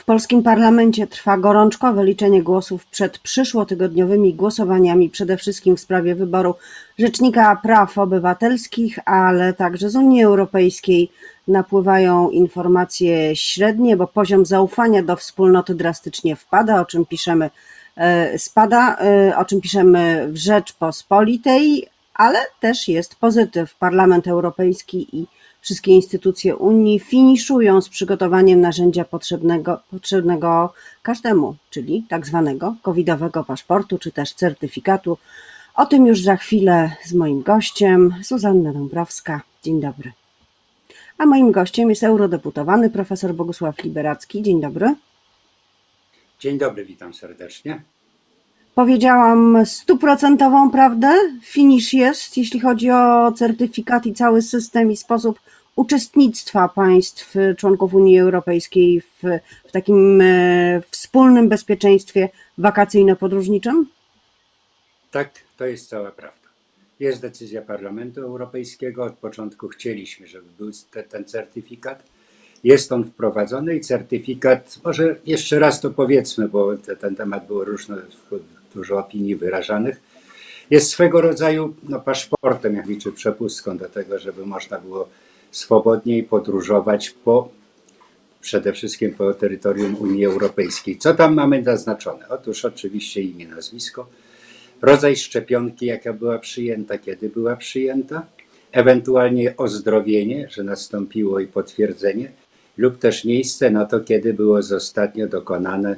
polskim parlamencie trwa gorączkowe liczenie głosów przed przyszłotygodniowymi głosowaniami, przede wszystkim w sprawie wyboru Rzecznika Praw Obywatelskich, ale także z Unii Europejskiej napływają informacje średnie, bo poziom zaufania do wspólnoty drastycznie spada, o czym piszemy w Rzeczpospolitej, ale też jest pozytyw. Parlament Europejski i wszystkie instytucje Unii finiszują z przygotowaniem narzędzia potrzebnego każdemu, czyli tak zwanego covidowego paszportu, czy też certyfikatu. O tym już za chwilę z moim gościem, Zuzanna Dąbrowska. Dzień dobry. A moim gościem jest eurodeputowany profesor Bogusław Liberacki. Dzień dobry. Dzień dobry, witam serdecznie. Powiedziałam 100% prawdę. Finisz jest, jeśli chodzi o certyfikat i cały system i sposób uczestnictwa państw członków Unii Europejskiej w takim wspólnym bezpieczeństwie wakacyjno-podróżniczym? Tak, to jest cała prawda. Jest decyzja Parlamentu Europejskiego. Od początku chcieliśmy, żeby był ten certyfikat. Jest on wprowadzony i certyfikat, może jeszcze raz to powiedzmy, bo ten temat było dużo opinii wyrażanych, jest swego rodzaju paszportem, jak liczy przepustką do tego, żeby można było swobodniej podróżować przede wszystkim po terytorium Unii Europejskiej. Co tam mamy zaznaczone? Otóż oczywiście imię, nazwisko, rodzaj szczepionki, jaka była przyjęta, kiedy była przyjęta, ewentualnie ozdrowienie, że nastąpiło i potwierdzenie, lub też miejsce na to, kiedy było ostatnio dokonane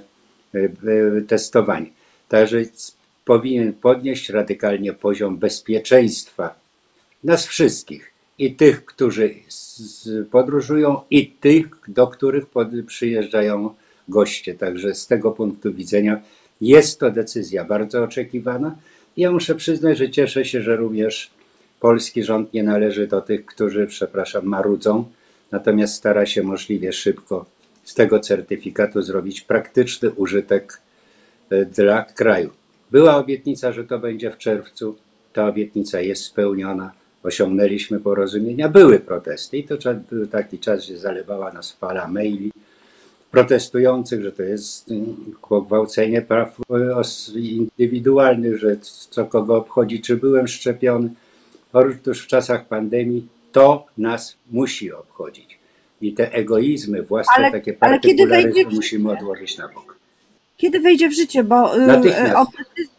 testowanie. Także powinien podnieść radykalnie poziom bezpieczeństwa nas wszystkich. I tych, którzy podróżują, i tych, do których przyjeżdżają goście. Także z tego punktu widzenia jest to decyzja bardzo oczekiwana. Ja muszę przyznać, że cieszę się, że również polski rząd nie należy do tych, którzy, marudzą, natomiast stara się możliwie szybko z tego certyfikatu zrobić praktyczny użytek dla kraju. Była obietnica, że to będzie w czerwcu. Ta obietnica jest spełniona. Osiągnęliśmy porozumienia. Były protesty i to był taki czas, że zalewała nas fala maili protestujących, że to jest pogwałcenie praw indywidualnych, że co kogo obchodzi, czy byłem szczepiony. Otóż w czasach pandemii to nas musi obchodzić. I te egoizmy własne, takie partykularyzmy musimy odłożyć na bok. Kiedy wejdzie w życie, bo natychmiast.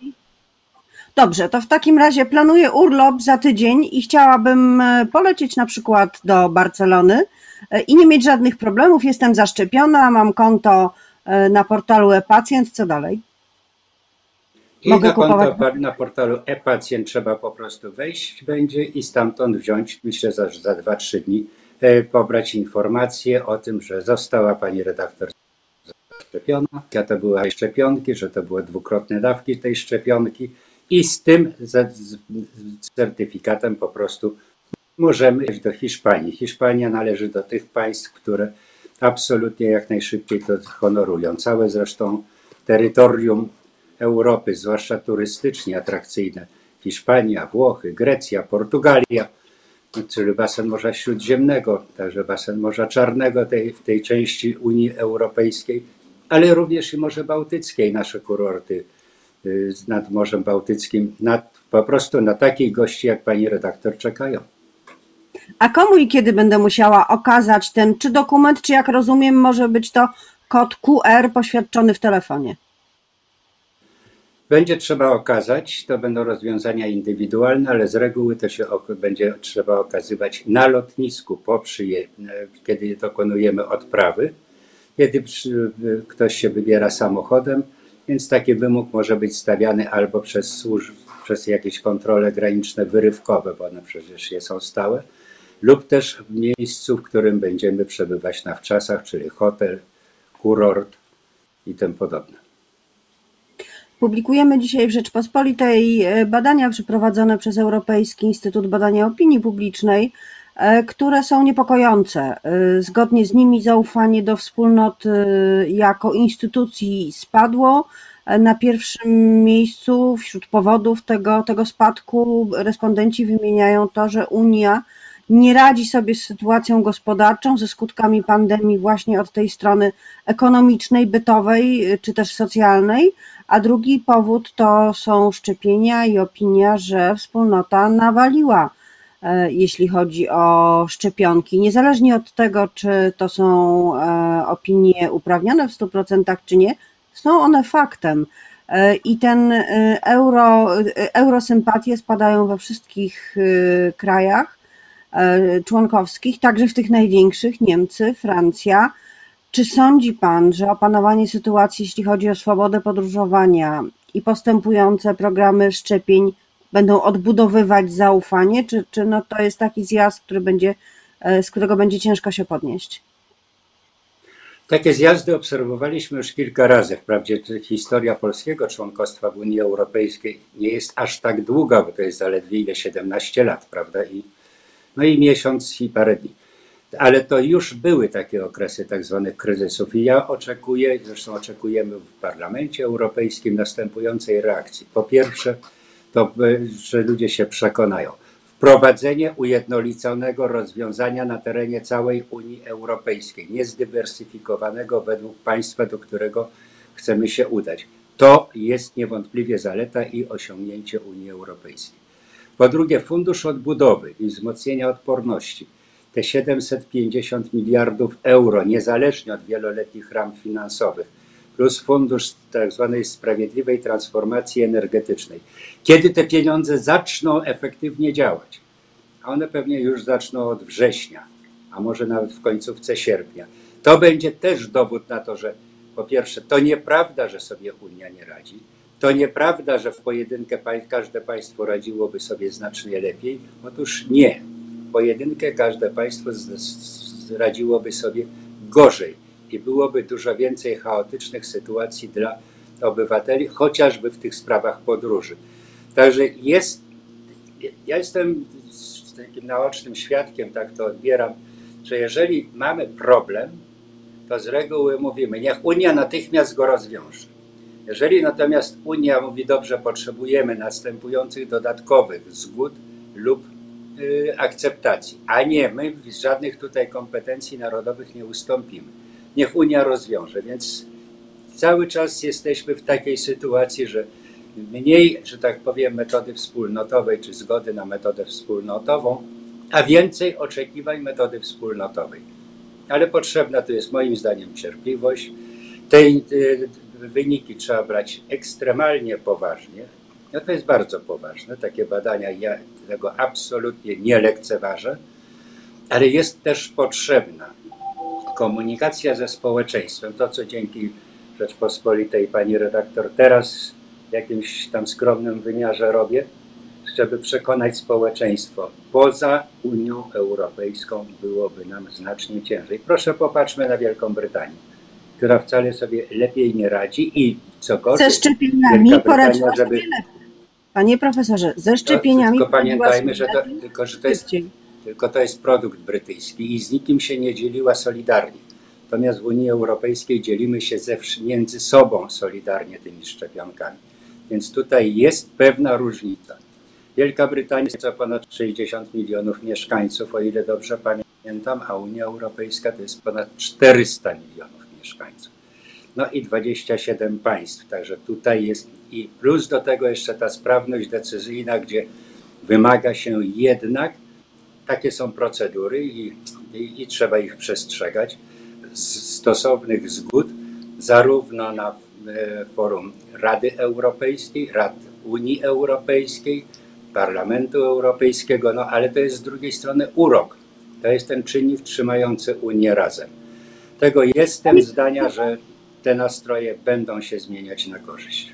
Dobrze, to w takim razie planuję urlop za tydzień i chciałabym polecieć na przykład do Barcelony i nie mieć żadnych problemów. Jestem zaszczepiona, mam konto na portalu e-pacjent. Co dalej? Na portalu e-pacjent trzeba po prostu wejść będzie i stamtąd wziąć, myślę, za 2-3 dni, pobrać informację o tym, że została pani redaktor zaszczepiona, jaka to była szczepionki, że to były dwukrotne dawki tej szczepionki i z tym certyfikatem po prostu możemy iść do Hiszpanii. Hiszpania należy do tych państw, które absolutnie jak najszybciej to honorują. Całe zresztą terytorium Europy, zwłaszcza turystycznie atrakcyjne. Hiszpania, Włochy, Grecja, Portugalia, czyli basen Morza Śródziemnego, także basen Morza Czarnego w tej części Unii Europejskiej, ale również i Morze Bałtyckie, nasze kurorty nad Morzem Bałtyckim, po prostu na takich gości jak pani redaktor czekają. A komu i kiedy będę musiała okazać czy dokument, czy jak rozumiem, może być to kod QR poświadczony w telefonie? Będzie trzeba okazać, to będą rozwiązania indywidualne, ale z reguły to się będzie trzeba okazywać na lotnisku, kiedy dokonujemy odprawy, kiedy ktoś się wybiera samochodem, więc taki wymóg może być stawiany albo przez jakieś kontrole graniczne wyrywkowe, bo one przecież są stałe, lub też w miejscu, w którym będziemy przebywać na wczasach, czyli hotel, kurort i tym podobne. Publikujemy dzisiaj w Rzeczpospolitej badania przeprowadzone przez Europejski Instytut Badania Opinii Publicznej, które są niepokojące. Zgodnie z nimi zaufanie do wspólnot jako instytucji spadło. Na pierwszym miejscu wśród powodów tego spadku respondenci wymieniają to, że Unia nie radzi sobie z sytuacją gospodarczą, ze skutkami pandemii właśnie od tej strony ekonomicznej, bytowej czy też socjalnej, a drugi powód to są szczepienia i opinia, że wspólnota nawaliła, jeśli chodzi o szczepionki. Niezależnie od tego, czy to są opinie uprawnione w 100% czy nie, są one faktem. I eurosympatie spadają we wszystkich krajach członkowskich, także w tych największych, Niemcy, Francja. Czy sądzi Pan, że opanowanie sytuacji, jeśli chodzi o swobodę podróżowania i postępujące programy szczepień będą odbudowywać zaufanie, czy no to jest taki zjazd, z którego będzie ciężko się podnieść? Takie zjazdy obserwowaliśmy już kilka razy. Wprawdzie historia polskiego członkostwa w Unii Europejskiej nie jest aż tak długa, bo to jest zaledwie 17 lat, prawda? I miesiąc i parę dni. Ale to już były takie okresy tak zwanych kryzysów i ja oczekuję, zresztą oczekujemy w Parlamencie Europejskim następującej reakcji. Po pierwsze, to, że ludzie się przekonają. Wprowadzenie ujednoliconego rozwiązania na terenie całej Unii Europejskiej, niezdywersyfikowanego według państwa, do którego chcemy się udać. To jest niewątpliwie zaleta i osiągnięcie Unii Europejskiej. Po drugie, fundusz odbudowy i wzmocnienia odporności. Te 750 miliardów euro, niezależnie od wieloletnich ram finansowych, plus fundusz tak zwanej sprawiedliwej transformacji energetycznej. Kiedy te pieniądze zaczną efektywnie działać? A one pewnie już zaczną od września, a może nawet w końcówce sierpnia. To będzie też dowód na to, że po pierwsze, to nieprawda, że sobie Unia nie radzi. To nieprawda, że w pojedynkę każde państwo radziłoby sobie znacznie lepiej. Otóż nie. W pojedynkę każde państwo radziłoby sobie gorzej i byłoby dużo więcej chaotycznych sytuacji dla obywateli, chociażby w tych sprawach podróży. Także ja jestem takim naocznym świadkiem, tak to odbieram, że jeżeli mamy problem, to z reguły mówimy, niech Unia natychmiast go rozwiąże. Jeżeli natomiast Unia mówi, dobrze, potrzebujemy następujących dodatkowych zgód lub akceptacji, a nie, my z żadnych tutaj kompetencji narodowych nie ustąpimy. Niech Unia rozwiąże, więc cały czas jesteśmy w takiej sytuacji, że mniej, że tak powiem, metody wspólnotowej czy zgody na metodę wspólnotową, a więcej oczekiwań metody wspólnotowej. Ale potrzebna tu jest moim zdaniem cierpliwość. Te wyniki trzeba brać ekstremalnie poważnie. No to jest bardzo poważne, takie badania, ja tego absolutnie nie lekceważę, ale jest też potrzebna komunikacja ze społeczeństwem. To, co dzięki Rzeczpospolitej pani redaktor teraz w jakimś tam skromnym wymiarze robię, żeby przekonać społeczeństwo. Poza Unią Europejską byłoby nam znacznie ciężej. Proszę popatrzmy na Wielką Brytanię, która wcale sobie lepiej nie radzi i co gorzej, ze szczepieniami poradziła sobie lepiej. Panie profesorze, ze szczepieniami tylko pamiętajmy, że to jest produkt brytyjski i z nikim się nie dzieliła solidarnie. Natomiast w Unii Europejskiej dzielimy się między sobą solidarnie tymi szczepionkami. Więc tutaj jest pewna różnica. Wielka Brytania to ponad 60 milionów mieszkańców, o ile dobrze pamiętam, a Unia Europejska to jest ponad 400 milionów mieszkańców. No i 27 państw, także tutaj jest i plus do tego jeszcze ta sprawność decyzyjna, gdzie wymaga się jednak, takie są procedury i trzeba ich przestrzegać, stosownych zgód, zarówno na forum Rady Europejskiej, Rad Unii Europejskiej, Parlamentu Europejskiego, no ale to jest z drugiej strony urok. To jest ten czynnik trzymający Unię razem. Tego jestem zdania, że te nastroje będą się zmieniać na korzyść.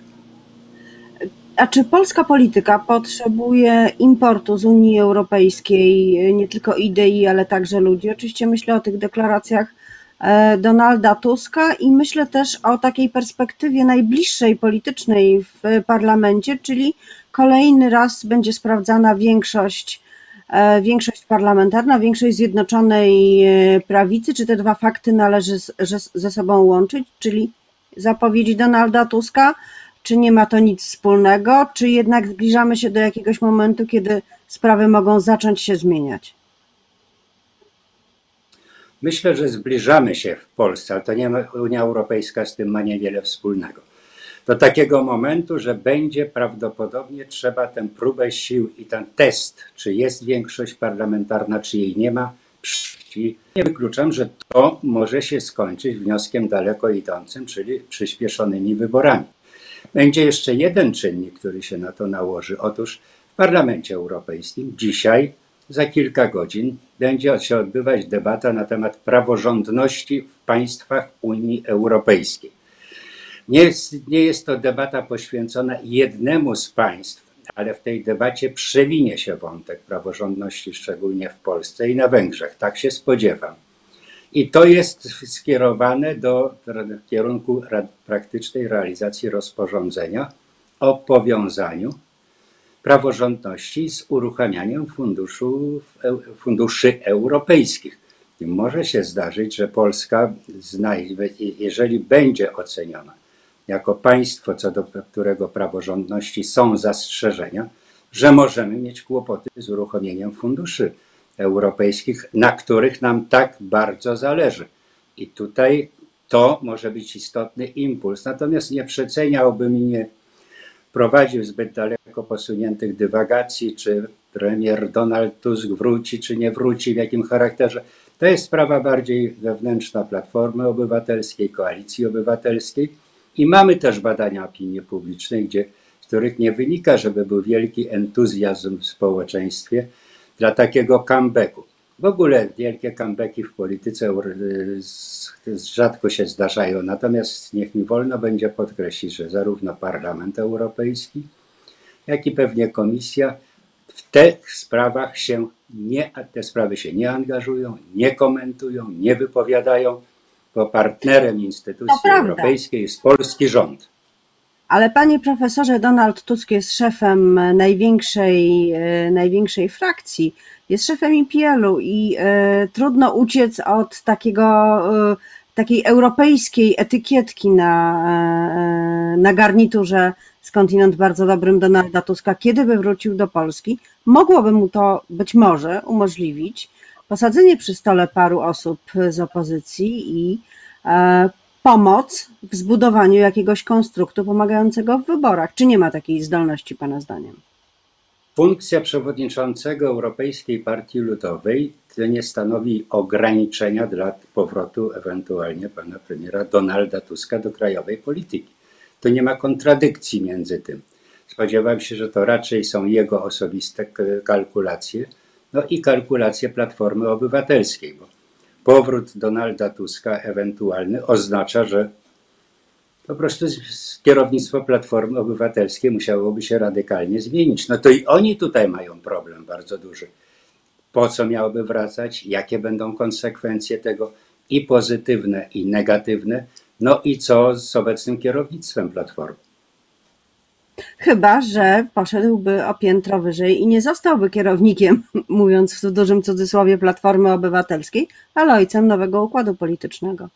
A czy polska polityka potrzebuje importu z Unii Europejskiej, nie tylko idei, ale także ludzi? Oczywiście myślę o tych deklaracjach Donalda Tuska i myślę też o takiej perspektywie najbliższej politycznej w parlamencie, czyli kolejny raz będzie sprawdzana większość parlamentarna, większość Zjednoczonej Prawicy. Czy te dwa fakty należy ze sobą łączyć, czyli zapowiedzi Donalda Tuska, czy nie ma to nic wspólnego, czy jednak zbliżamy się do jakiegoś momentu, kiedy sprawy mogą zacząć się zmieniać? Myślę, że zbliżamy się w Polsce, ale to nie ma, Unia Europejska z tym ma niewiele wspólnego. Do takiego momentu, że będzie prawdopodobnie trzeba tę próbę sił i ten test, czy jest większość parlamentarna, czy jej nie ma, i nie wykluczam, że to może się skończyć wnioskiem daleko idącym, czyli przyspieszonymi wyborami. Będzie jeszcze jeden czynnik, który się na to nałoży. Otóż w Parlamencie Europejskim dzisiaj, za kilka godzin, będzie się odbywać debata na temat praworządności w państwach Unii Europejskiej. Nie jest to debata poświęcona jednemu z państw, ale w tej debacie przewinie się wątek praworządności, szczególnie w Polsce i na Węgrzech. Tak się spodziewam. I to jest skierowane w kierunku praktycznej realizacji rozporządzenia o powiązaniu praworządności z uruchamianiem funduszy europejskich. I może się zdarzyć, że Polska, jeżeli będzie oceniona jako państwo, co do którego praworządności są zastrzeżenia, że możemy mieć kłopoty z uruchomieniem funduszy europejskich, na których nam tak bardzo zależy. I tutaj to może być istotny impuls. Natomiast nie przeceniałbym i nie prowadził zbyt daleko posuniętych dywagacji, czy premier Donald Tusk wróci, czy nie wróci, w jakim charakterze. To jest sprawa bardziej wewnętrzna Platformy Obywatelskiej, Koalicji Obywatelskiej i mamy też badania opinii publicznej, z których nie wynika, żeby był wielki entuzjazm w społeczeństwie dla takiego comebacku. W ogóle wielkie comebacki w polityce rzadko się zdarzają, natomiast niech mi wolno będzie podkreślić, że zarówno Parlament Europejski, jak i pewnie Komisja w tych sprawach te sprawy się nie angażują, nie komentują, nie wypowiadają, bo partnerem instytucji europejskiej jest polski rząd. Ale panie profesorze, Donald Tusk jest szefem największej frakcji, jest szefem IPL-u i trudno uciec od takiej europejskiej etykietki na garniturze skądinąd bardzo dobrym Donalda Tuska. Kiedy by wrócił do Polski, mogłoby mu to być może umożliwić posadzenie przy stole paru osób z opozycji i pomoc w zbudowaniu jakiegoś konstruktu pomagającego w wyborach. Czy nie ma takiej zdolności pana zdaniem? Funkcja przewodniczącego Europejskiej Partii Ludowej to nie stanowi ograniczenia dla powrotu ewentualnie pana premiera Donalda Tuska do krajowej polityki. To nie ma kontradykcji między tym. Spodziewam się, że to raczej są jego osobiste kalkulacje, no i kalkulacje Platformy Obywatelskiej, bo powrót Donalda Tuska ewentualny oznacza, że po prostu kierownictwo Platformy Obywatelskiej musiałoby się radykalnie zmienić. No to i oni tutaj mają problem bardzo duży. Po co miałoby wracać? Jakie będą konsekwencje tego i pozytywne, i negatywne? No i co z obecnym kierownictwem Platformy? Chyba że poszedłby o piętro wyżej i nie zostałby kierownikiem, mówiąc w dużym cudzysłowie, Platformy Obywatelskiej, ale ojcem nowego układu politycznego.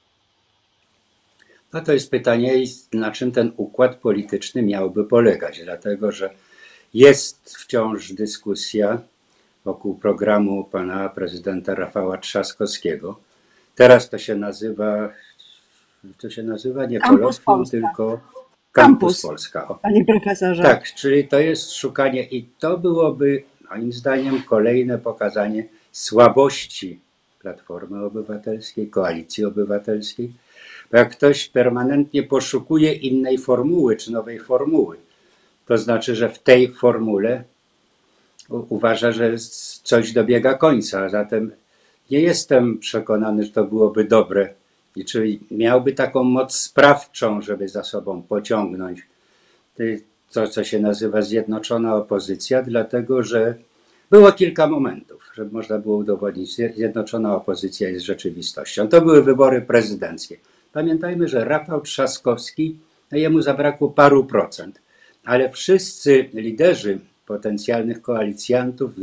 No to jest pytanie, na czym ten układ polityczny miałby polegać, dlatego że jest wciąż dyskusja wokół programu pana prezydenta Rafała Trzaskowskiego. Teraz to się nazywa nie Colloquium, tylko Campus Polska. O. Panie profesorze. Tak, czyli to jest szukanie i to byłoby moim zdaniem kolejne pokazanie słabości Platformy Obywatelskiej, Koalicji Obywatelskiej. Bo jak ktoś permanentnie poszukuje innej formuły czy nowej formuły, to znaczy, że w tej formule uważa, że coś dobiega końca. A zatem nie jestem przekonany, że to byłoby dobre. I czyli miałby taką moc sprawczą, żeby za sobą pociągnąć to, co się nazywa zjednoczona opozycja, dlatego że było kilka momentów, żeby można było udowodnić, zjednoczona opozycja jest rzeczywistością. To były wybory prezydenckie. Pamiętajmy, że Rafał Trzaskowski, jemu zabrakło paru procent, ale wszyscy liderzy potencjalnych koalicjantów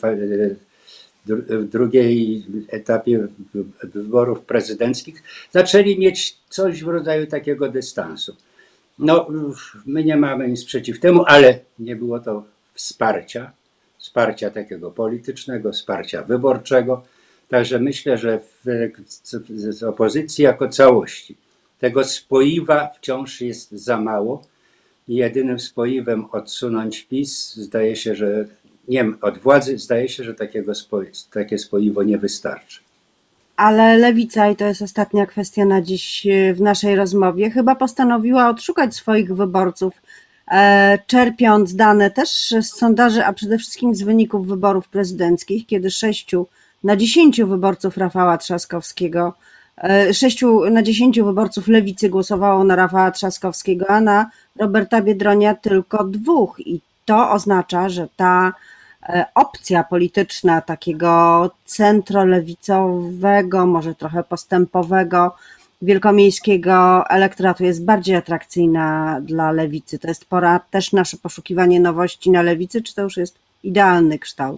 w drugiej etapie wyborów prezydenckich zaczęli mieć coś w rodzaju takiego dystansu. No, my nie mamy nic przeciw temu, ale nie było to wsparcia takiego politycznego, wsparcia wyborczego. Także myślę, że z opozycji jako całości tego spoiwa wciąż jest za mało. I jedynym spoiwem odsunąć PiS zdaje się, że nie od władzy, zdaje się, że takie spoiwo nie wystarczy. Ale Lewica, i to jest ostatnia kwestia na dziś w naszej rozmowie, chyba postanowiła odszukać swoich wyborców, czerpiąc dane też z sondaży, a przede wszystkim z wyników wyborów prezydenckich, kiedy 6 na 10 wyborców Rafała Trzaskowskiego, 6 na 10 wyborców Lewicy głosowało na Rafała Trzaskowskiego, a na Roberta Biedronia tylko 2. I to oznacza, że ta opcja polityczna takiego centrolewicowego, może trochę postępowego, wielkomiejskiego elektoratu jest bardziej atrakcyjna dla lewicy. To jest pora też nasze poszukiwanie nowości na lewicy, czy to już jest idealny kształt?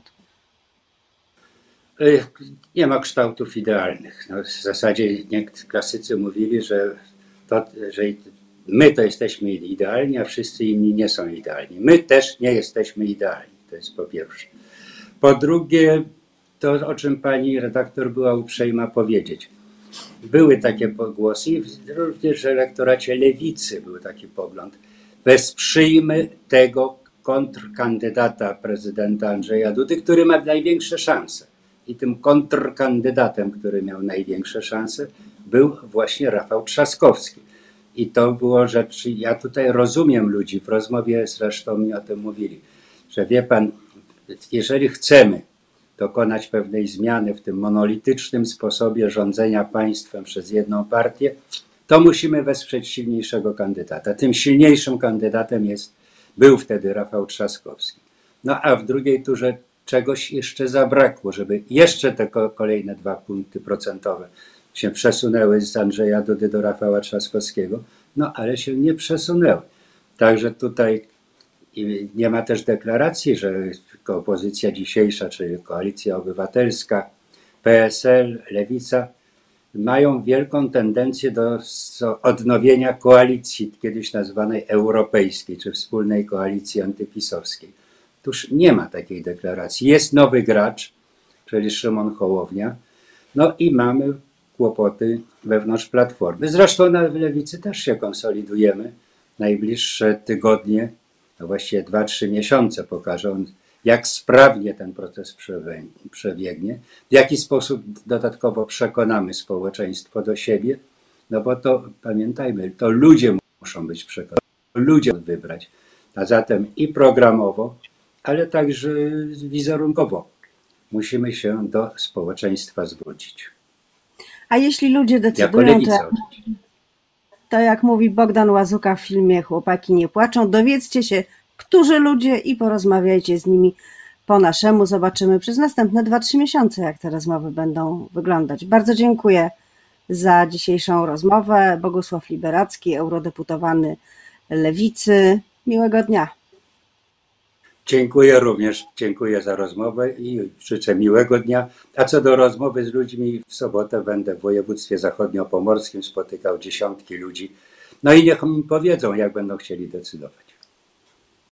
Nie ma kształtów idealnych. No, w zasadzie klasycy mówili, że my to jesteśmy idealni, a wszyscy inni nie są idealni. My też nie jesteśmy idealni. To jest po pierwsze. Po drugie, to o czym pani redaktor była uprzejma powiedzieć. Były takie głosy i również w elektoracie lewicy był taki pogląd. Wesprzyjmy tego kontrkandydata prezydenta Andrzeja Dudy, który ma największe szanse. I tym kontrkandydatem, który miał największe szanse, był właśnie Rafał Trzaskowski. I to było rzecz, ja tutaj rozumiem ludzi, w rozmowie zresztą mi o tym mówili, że wie pan, jeżeli chcemy dokonać pewnej zmiany w tym monolitycznym sposobie rządzenia państwem przez jedną partię, to musimy wesprzeć silniejszego kandydata. Tym silniejszym kandydatem był wtedy Rafał Trzaskowski. No a w drugiej turze czegoś jeszcze zabrakło, żeby jeszcze te kolejne 2 punkty procentowe się przesunęły z Andrzeja Dudy do Rafała Trzaskowskiego, no ale się nie przesunęły. Także tutaj nie ma też deklaracji, że opozycja dzisiejsza, czyli Koalicja Obywatelska, PSL, Lewica mają wielką tendencję do odnowienia koalicji, kiedyś nazwanej europejskiej, czy wspólnej koalicji antypisowskiej. Otóż nie ma takiej deklaracji. Jest nowy gracz, czyli Szymon Hołownia, no i mamy kłopoty wewnątrz Platformy. Zresztą na Lewicy też się konsolidujemy. Najbliższe tygodnie, no właściwie 2-3 miesiące pokażą, jak sprawnie ten proces przebiegnie, w jaki sposób dodatkowo przekonamy społeczeństwo do siebie, no bo to pamiętajmy, to ludzie muszą być przekonani, ludzie wybrać, a zatem i programowo, ale także wizerunkowo musimy się do społeczeństwa zwrócić. A jeśli ludzie decydują, to jak mówi Bogdan Łazuka w filmie Chłopaki nie płaczą, dowiedzcie się, którzy ludzie i porozmawiajcie z nimi po naszemu. Zobaczymy przez następne 2-3 miesiące, jak te rozmowy będą wyglądać. Bardzo dziękuję za dzisiejszą rozmowę. Bogusław Liberacki, eurodeputowany Lewicy. Miłego dnia. Dziękuję również, dziękuję za rozmowę i życzę miłego dnia. A co do rozmowy z ludźmi, w sobotę będę w województwie zachodniopomorskim spotykał dziesiątki ludzi. No i niech mi powiedzą, jak będą chcieli decydować.